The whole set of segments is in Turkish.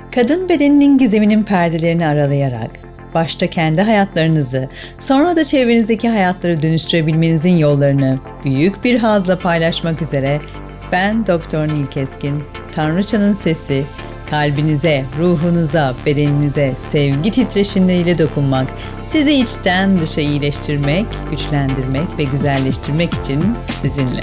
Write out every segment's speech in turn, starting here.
Kadın bedeninin gizeminin perdelerini aralayarak, başta kendi hayatlarınızı, sonra da çevrenizdeki hayatları dönüştürebilmenizin yollarını büyük bir hazla paylaşmak üzere ben Doktor Nil Keskin, Tanrıçanın sesi, kalbinize, ruhunuza, bedeninize sevgi titreşimleriyle dokunmak, sizi içten dışa iyileştirmek, güçlendirmek ve güzelleştirmek için sizinle.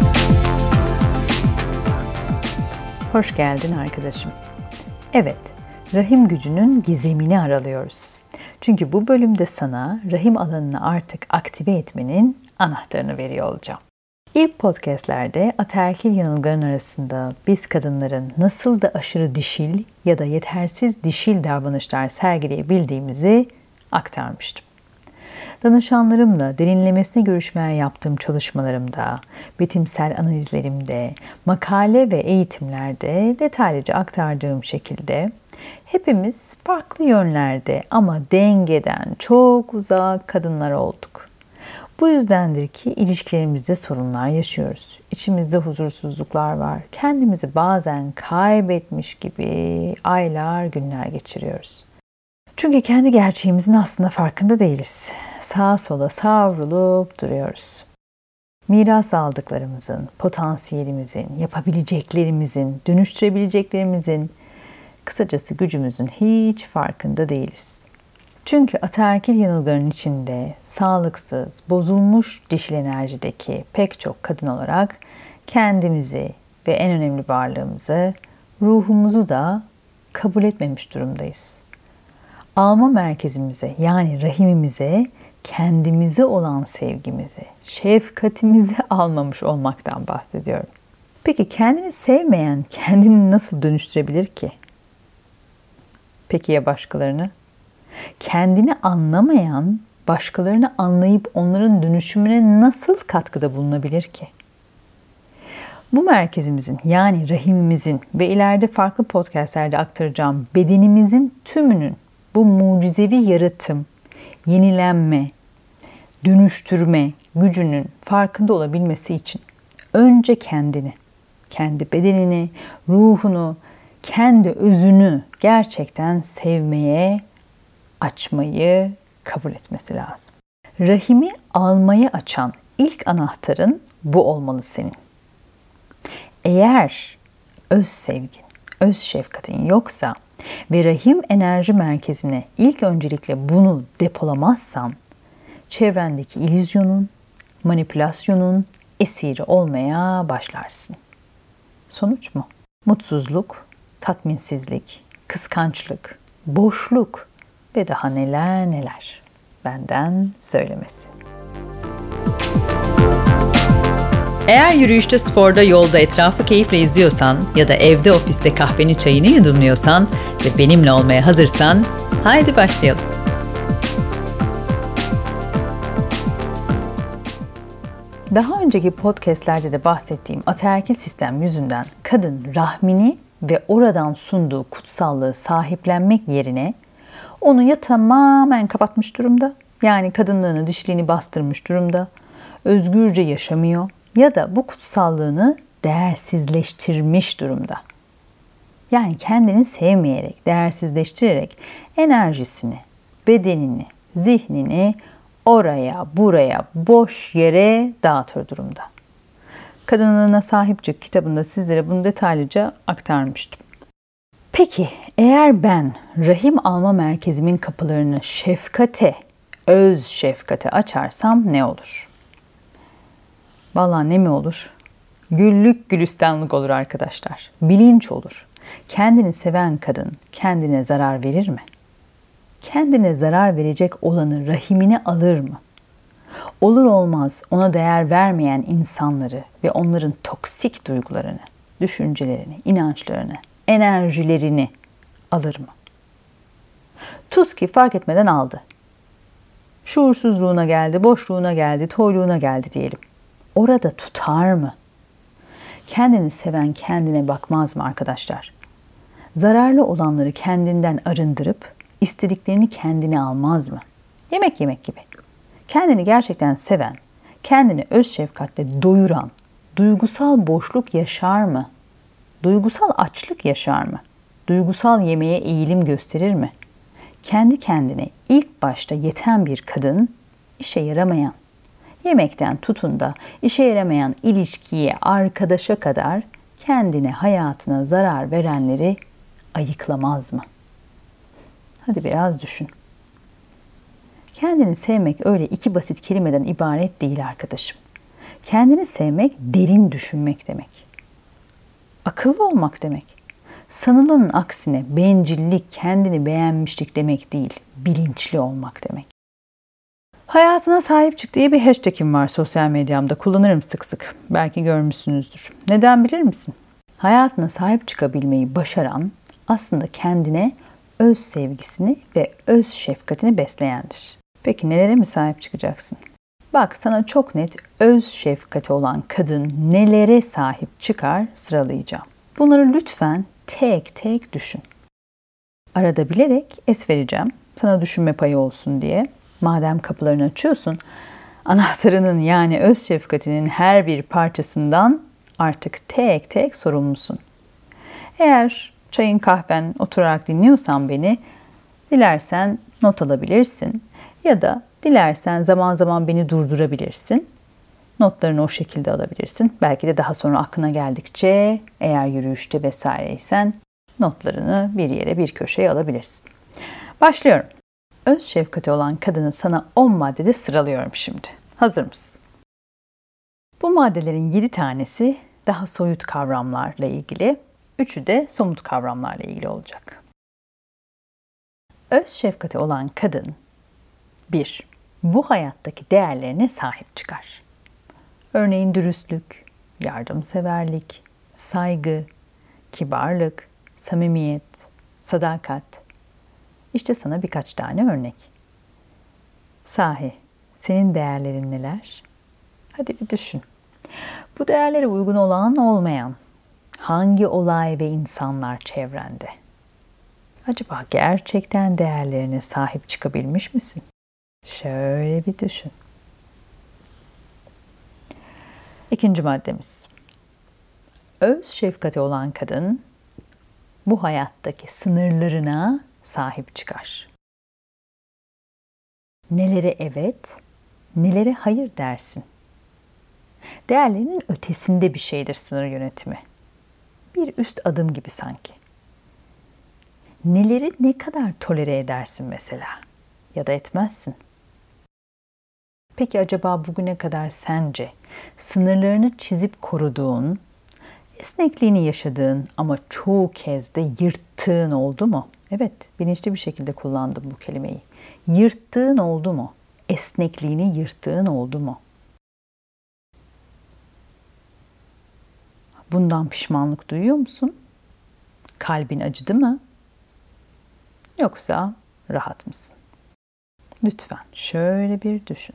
Hoş geldin arkadaşım. Evet, rahim gücünün gizemini aralıyoruz. Çünkü bu bölümde sana rahim alanını artık aktive etmenin anahtarını veriyor olacağım. İlk podcastlerde ataerkil yanılgıların arasında biz kadınların nasıl da aşırı dişil ya da yetersiz dişil davranışlar sergileyebildiğimizi aktarmıştım. Danışanlarımla derinlemesine görüşmeler yaptığım çalışmalarımda, betimsel analizlerimde, makale ve eğitimlerde detaylıca aktardığım şekilde hepimiz farklı yönlerde ama dengeden çok uzak kadınlar olduk. Bu yüzdendir ki ilişkilerimizde sorunlar yaşıyoruz. İçimizde huzursuzluklar var. Kendimizi bazen kaybetmiş gibi aylar, günler geçiriyoruz. Çünkü kendi gerçeğimizin aslında farkında değiliz. Sağa sola savrulup duruyoruz. Miras aldıklarımızın, potansiyelimizin, yapabileceklerimizin, dönüştürebileceklerimizin, kısacası gücümüzün hiç farkında değiliz. Çünkü ataerkil yanılgıların içinde sağlıksız, bozulmuş dişil enerjideki pek çok kadın olarak kendimizi ve en önemli varlığımızı, ruhumuzu da kabul etmemiş durumdayız. Alma merkezimize yani rahimimize kendimize olan sevgimizi, şefkatimizi almamış olmaktan bahsediyorum. Peki kendini sevmeyen kendini nasıl dönüştürebilir ki? Peki ya başkalarını? Kendini anlamayan başkalarını anlayıp onların dönüşümüne nasıl katkıda bulunabilir ki? Bu merkezimizin yani rahimimizin ve ileride farklı podcastlerde aktaracağım bedenimizin tümünün bu mucizevi yaratım, yenilenme, dönüştürme gücünün farkında olabilmesi için önce kendini, kendi bedenini, ruhunu, kendi özünü gerçekten sevmeye, açmayı kabul etmesi lazım. Rahimi almaya açan ilk anahtarın bu olmalı senin. Eğer öz sevgin, öz şefkatin yoksa ve rahim enerji merkezine ilk öncelikle bunu depolamazsan, çevrendeki illüzyonun, manipülasyonun esiri olmaya başlarsın. Sonuç mu? Mutsuzluk, tatminsizlik, kıskançlık, boşluk ve daha neler neler. Benden söylemesi. Eğer yürüyüşte, sporda, yolda etrafı keyifle izliyorsan ya da evde, ofiste kahveni, çayını yudumluyorsan ve benimle olmaya hazırsan, haydi başlayalım. Daha önceki podcastlerde de bahsettiğim ataerkil sistem yüzünden kadın rahmini ve oradan sunduğu kutsallığı sahiplenmek yerine onu ya tamamen kapatmış durumda, yani kadınlığını, dişiliğini bastırmış durumda, özgürce yaşamıyor ya da bu kutsallığını değersizleştirmiş durumda. Yani kendini sevmeyerek, değersizleştirerek enerjisini, bedenini, zihnini oraya, buraya, boş yere dağıtır durumda. Kadınlığına Sahip Çık kitabında sizlere bunu detaylıca aktarmıştım. Peki eğer ben rahim alma merkezimin kapılarını şefkate, öz şefkate açarsam ne olur? Vallahi ne mi olur? Güllük gülistanlık olur arkadaşlar. Bilinç olur. Kendini seven kadın kendine zarar verir mi? Kendine zarar verecek olanı rahimine alır mı? Olur olmaz ona değer vermeyen insanları ve onların toksik duygularını, düşüncelerini, inançlarını, enerjilerini alır mı? Tut ki fark etmeden aldı. Şuursuzluğuna geldi, boşluğuna geldi, toyluğuna geldi diyelim. Orada tutar mı? Kendini seven kendine bakmaz mı arkadaşlar? Zararlı olanları kendinden arındırıp istediklerini kendine almaz mı? Yemek yemek gibi. Kendini gerçekten seven, kendini öz şefkatle doyuran, duygusal boşluk yaşar mı? Duygusal açlık yaşar mı? duygusal yemeğe eğilim gösterir mi? Kendi kendine ilk başta yeten bir kadın, işe yaramayan, yemekten tutun da işe yaramayan ilişkiye, arkadaşa kadar kendine, hayatına zarar verenleri ayıklamaz mı? Hadi biraz düşün. Kendini sevmek öyle iki basit kelimeden ibaret değil arkadaşım. Kendini sevmek derin düşünmek demek. Akıllı olmak demek. Sanılanın aksine bencillik, kendini beğenmişlik demek değil, bilinçli olmak demek. Hayatına sahip çık diye bir hashtag'im var sosyal medyamda. Kullanırım sık sık. Belki görmüşsünüzdür. Neden bilir misin? Hayatına sahip çıkabilmeyi başaran aslında kendine öz sevgisini ve öz şefkatini besleyendir. Peki nelere mi sahip çıkacaksın? Bak sana çok net öz şefkati olan kadın nelere sahip çıkar sıralayacağım. Bunları lütfen tek tek düşün. Arada bilerek es vereceğim. Sana düşünme payı olsun diye. Madem kapılarını açıyorsun, anahtarının yani öz şefkatinin her bir parçasından artık tek tek sorumlusun. Eğer çayın kahven oturarak dinliyorsan beni, dilersen not alabilirsin ya da dilersen zaman zaman beni durdurabilirsin. Notlarını o şekilde alabilirsin. Belki de daha sonra aklına geldikçe eğer yürüyüşte vesaireysen notlarını bir yere bir köşeye alabilirsin. Başlıyorum. Öz şefkati olan kadını sana 10 maddede sıralıyorum şimdi. Hazır mısın? Bu maddelerin 7 tanesi daha soyut kavramlarla ilgili, 3'ü de somut kavramlarla ilgili olacak. Öz şefkati olan kadın 1. Bu hayattaki değerlerine sahip çıkar. Örneğin dürüstlük, yardımseverlik, saygı, kibarlık, samimiyet, sadakat. İşte sana birkaç tane örnek. Sahi, senin değerlerin neler? Hadi bir düşün. Bu değerlere uygun olan olmayan hangi olay ve insanlar çevrende? Acaba gerçekten değerlerine sahip çıkabilmiş misin? Şöyle bir düşün. İkinci maddemiz. Öz şefkati olan kadın bu hayattaki sınırlarına sahip çıkar. Nelere evet, nelere hayır dersin. Değerlerinin ötesinde bir şeydir sınır yönetimi. Bir üst adım gibi sanki. Neleri ne kadar tolere edersin mesela ya da etmezsin. Peki acaba bugüne kadar sence sınırlarını çizip koruduğun, esnekliğini yaşadığın ama çoğu kez de yırttığın oldu mu? Evet, bilinçli bir şekilde kullandım bu kelimeyi. Yırttığın oldu mu? Esnekliğini yırttığın oldu mu? Bundan pişmanlık duyuyor musun? Kalbin acıdı mı? Yoksa rahat mısın? Lütfen şöyle bir düşün.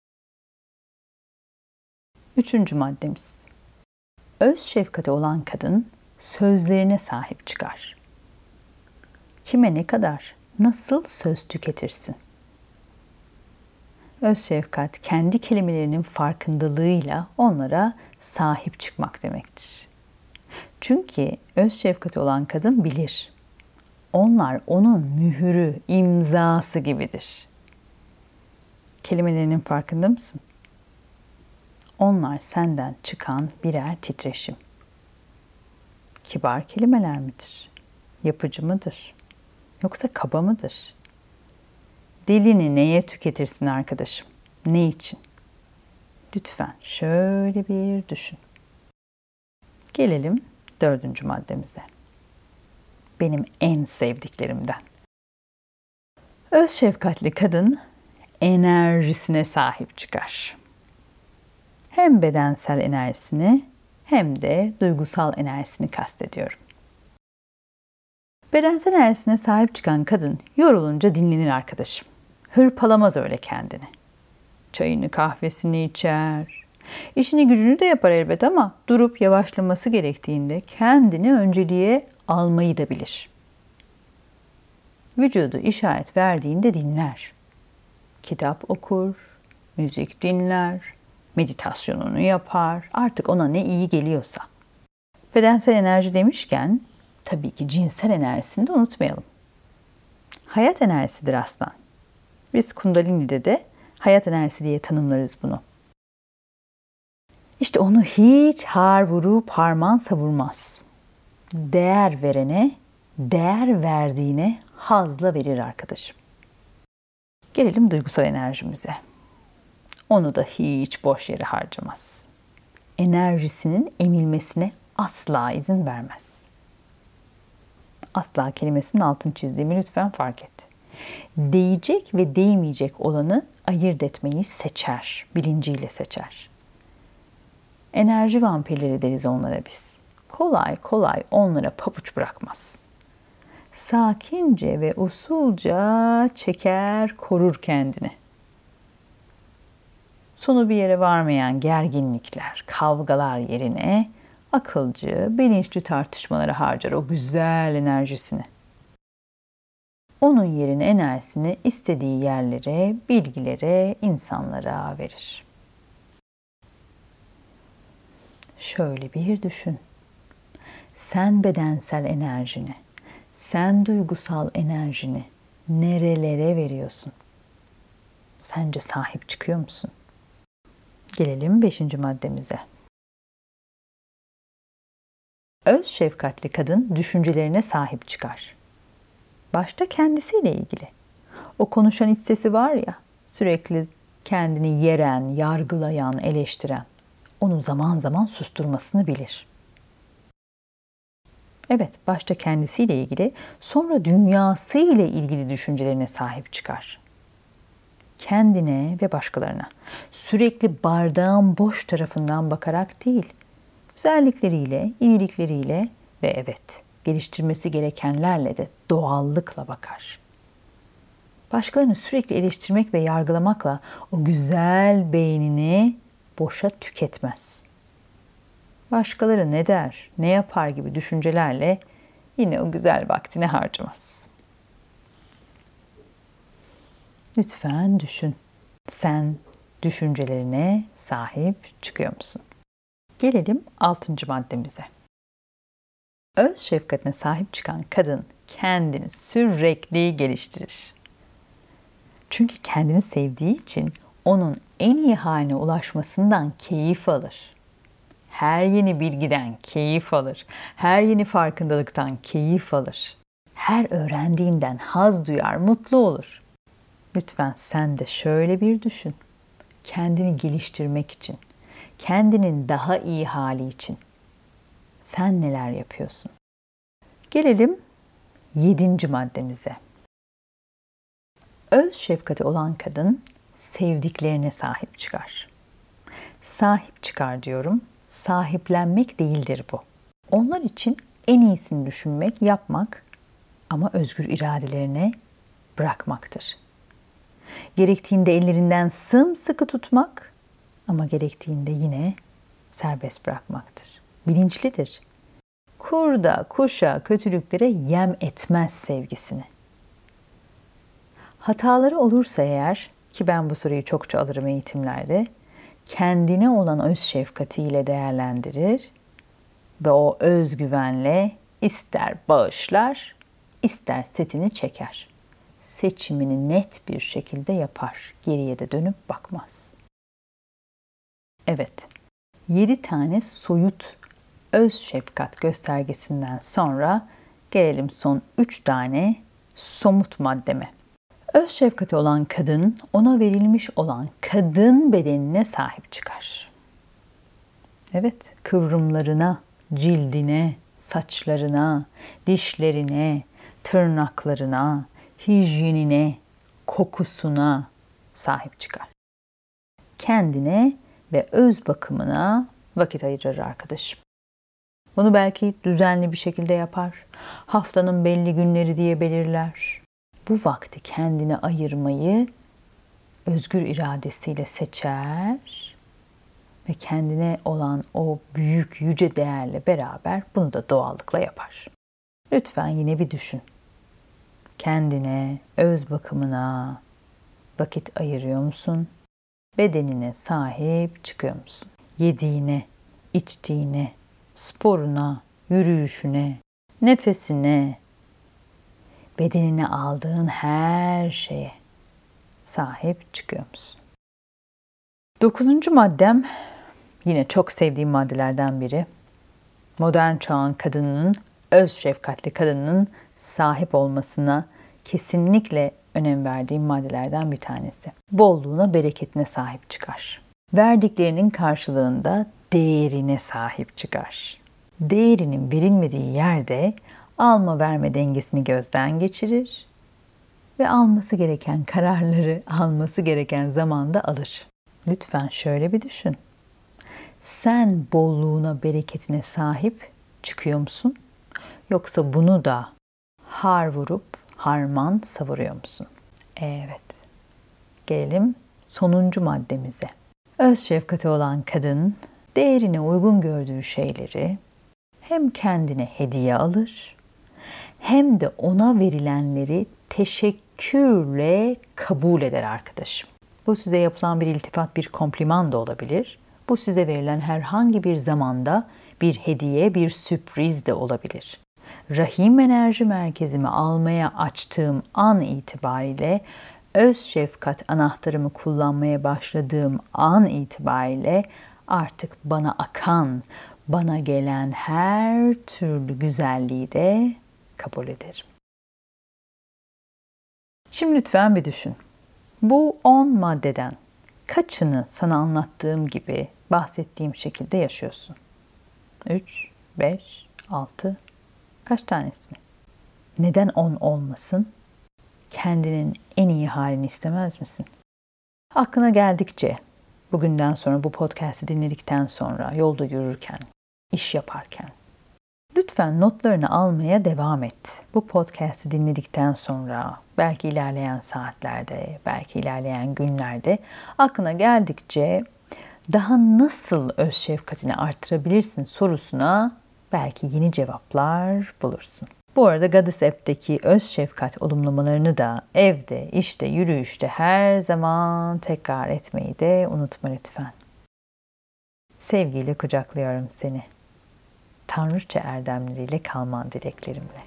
Üçüncü maddemiz. Öz şefkati olan kadın sözlerine sahip çıkar. Kime ne kadar, nasıl söz tüketirsin? Öz şefkat kendi kelimelerinin farkındalığıyla onlara sahip çıkmak demektir. Çünkü öz şefkati olan kadın bilir. Onlar onun mühürü, imzası gibidir. Kelimelerinin farkında mısın? Onlar senden çıkan birer titreşim. Kibar kelimeler midir? Yapıcı mıdır? Yoksa kaba mıdır? Dilini neye tüketirsin arkadaşım? Ne için? Lütfen şöyle bir düşün. Gelelim 4. maddemize. Benim en sevdiklerimden. Öz şefkatli kadın enerjisine sahip çıkar. Hem bedensel enerjisini hem de duygusal enerjisini kastediyorum. Bedensel enerjisine sahip çıkan kadın yorulunca dinlenir arkadaşım. Hırpalamaz öyle kendini. Çayını kahvesini içer. İşini gücünü de yapar elbet ama durup yavaşlaması gerektiğinde kendini önceliğe almayı da bilir. Vücudu işaret verdiğinde dinler. Kitap okur, müzik dinler, meditasyonunu yapar. Artık ona ne iyi geliyorsa. Bedensel enerji demişken Tabii ki cinsel enerjisini de unutmayalım. Hayat enerjisidir aslan. Biz Kundalini'de de hayat enerjisi diye tanımlarız bunu. İşte onu hiç har vurup harman savurmaz. Değer verene, değer verdiğine hazla verir arkadaşım. Gelelim duygusal enerjimize. Onu da hiç boş yere harcamaz. Enerjisinin emilmesine asla izin vermez. Asla kelimesinin altını çizdiğimi lütfen fark et. Değecek ve değmeyecek olanı ayırt etmeyi seçer, bilinciyle seçer. Enerji vampirleri deriz onlara biz. Kolay kolay onlara pabuç bırakmaz. Sakince ve usulca çeker, korur kendini. Sonu bir yere varmayan gerginlikler, kavgalar yerine akılcı, bilinçli tartışmalara harcar o güzel enerjisini. Onun yerine enerjisini istediği yerlere, bilgilere, insanlara verir. Şöyle bir düşün. Sen bedensel enerjini, sen duygusal enerjini nerelere veriyorsun? Sence sahip çıkıyor musun? Gelelim 5. maddemize. Öz şefkatli kadın düşüncelerine sahip çıkar. Başta kendisiyle ilgili. O konuşan iç sesi var ya, sürekli kendini yeren, yargılayan, eleştiren. Onu zaman zaman susturmasını bilir. Evet, başta kendisiyle ilgili, sonra dünyası ile ilgili düşüncelerine sahip çıkar. Kendine ve başkalarına. Sürekli bardağın boş tarafından bakarak değil, güzellikleriyle, iyilikleriyle ve evet, geliştirmesi gerekenlerle de doğallıkla bakar. Başkalarını sürekli eleştirmek ve yargılamakla o güzel beynini boşa tüketmez. Başkaları ne der, ne yapar gibi düşüncelerle yine o güzel vaktini harcamaz. Lütfen düşün. Sen düşüncelerine sahip çıkıyor musun? Gelelim 6. maddemize. Öz şefkatine sahip çıkan kadın kendini sürekli geliştirir. Çünkü kendini sevdiği için onun en iyi haline ulaşmasından keyif alır. Her yeni bilgiden keyif alır. Her yeni farkındalıktan keyif alır. Her öğrendiğinden haz duyar, mutlu olur. Lütfen sen de şöyle bir düşün. Kendini geliştirmek için, kendinin daha iyi hali için sen neler yapıyorsun? Gelelim 7. maddemize. Öz şefkati olan kadın sevdiklerine sahip çıkar. Sahip çıkar diyorum. Sahiplenmek değildir bu. Onlar için en iyisini düşünmek, yapmak ama özgür iradelerine bırakmaktır. Gerektiğinde ellerinden sımsıkı tutmak ama gerektiğinde yine serbest bırakmaktır. Bilinçlidir. Kurda, kuşa, kötülüklere yem etmez sevgisini. Hataları olursa eğer, ki ben bu soruyu çokça alırım eğitimlerde, kendine olan öz şefkatiyle değerlendirir ve o özgüvenle ister bağışlar, ister setini çeker. Seçimini net bir şekilde yapar. Geriye de dönüp bakmaz. Evet, 7 tane soyut öz şefkat göstergesinden sonra gelelim son 3 tane somut maddeme. Öz şefkati olan kadın, ona verilmiş olan kadın bedenine sahip çıkar. Evet, kıvrımlarına, cildine, saçlarına, dişlerine, tırnaklarına, hijyenine, kokusuna sahip çıkar. Kendine ve öz bakımına vakit ayırır arkadaşım. Bunu belki düzenli bir şekilde yapar. Haftanın belli günleri diye belirler. Bu vakti kendine ayırmayı özgür iradesiyle seçer ve kendine olan o büyük yüce değerle beraber bunu da doğallıkla yapar. Lütfen yine bir düşün. Kendine, öz bakımına vakit ayırıyor musun? Bedenine sahip çıkıyor musun? Yediğine, içtiğine, sporuna, yürüyüşüne, nefesine, bedenine aldığın her şeye sahip çıkıyor musun? 9. maddem yine çok sevdiğim maddelerden biri. Modern çağın kadınının, öz şefkatli kadının sahip olmasına kesinlikle önem verdiğim maddelerden bir tanesi. Bolluğuna, bereketine sahip çıkar. Verdiklerinin karşılığında değerine sahip çıkar. Değerinin verilmediği yerde alma verme dengesini gözden geçirir ve alması gereken kararları alması gereken zamanda alır. Lütfen şöyle bir düşün. Sen bolluğuna, bereketine sahip çıkıyor musun? Yoksa bunu da har vurup harman savuruyor musun? Evet. Gelelim sonuncu maddemize. Öz şefkati olan kadın değerine uygun gördüğü şeyleri hem kendine hediye alır hem de ona verilenleri teşekkürle kabul eder arkadaşım. Bu size yapılan bir iltifat, bir kompliman da olabilir. Bu size verilen herhangi bir zamanda bir hediye, bir sürpriz de olabilir. Rahim enerji merkezimi almaya açtığım an itibariyle, öz şefkat anahtarımı kullanmaya başladığım an itibariyle artık bana akan, bana gelen her türlü güzelliği de kabul ederim. Şimdi lütfen bir düşün. Bu 10 maddeden kaçını sana anlattığım gibi bahsettiğim şekilde yaşıyorsun? 3, 5, 6, kaç tanesini? Neden 10 olmasın? Kendinin en iyi halini istemez misin? Aklına geldikçe, bugünden sonra bu podcast'i dinledikten sonra, yolda yürürken, iş yaparken, lütfen notlarını almaya devam et. Bu podcast'i dinledikten sonra, belki ilerleyen saatlerde, belki ilerleyen günlerde aklına geldikçe daha nasıl öz şefkatini artırabilirsin sorusuna belki yeni cevaplar bulursun. Bu arada Goddess App'teki öz şefkat olumlamalarını da evde, işte, yürüyüşte her zaman tekrar etmeyi de unutma lütfen. Sevgiyle kucaklıyorum seni. Tanrıça erdemleriyle kalman dileklerimle.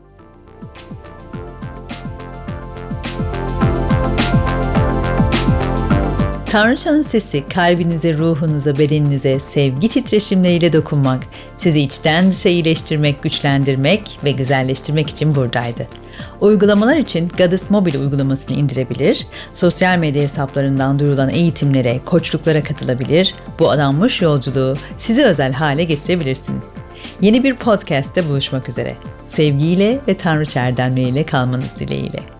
Tanrıçanın sesi kalbinize, ruhunuza, bedeninize sevgi titreşimleriyle dokunmak, sizi içten dışa iyileştirmek, güçlendirmek ve güzelleştirmek için buradaydı. Uygulamalar için Goddess Mobile uygulamasını indirebilir, sosyal medya hesaplarından duyurulan eğitimlere, koçluklara katılabilir, bu adanmış yolculuğu size özel hale getirebilirsiniz. Yeni bir podcast'te buluşmak üzere. Sevgiyle ve Tanrıça erdemleriyle kalmanız dileğiyle.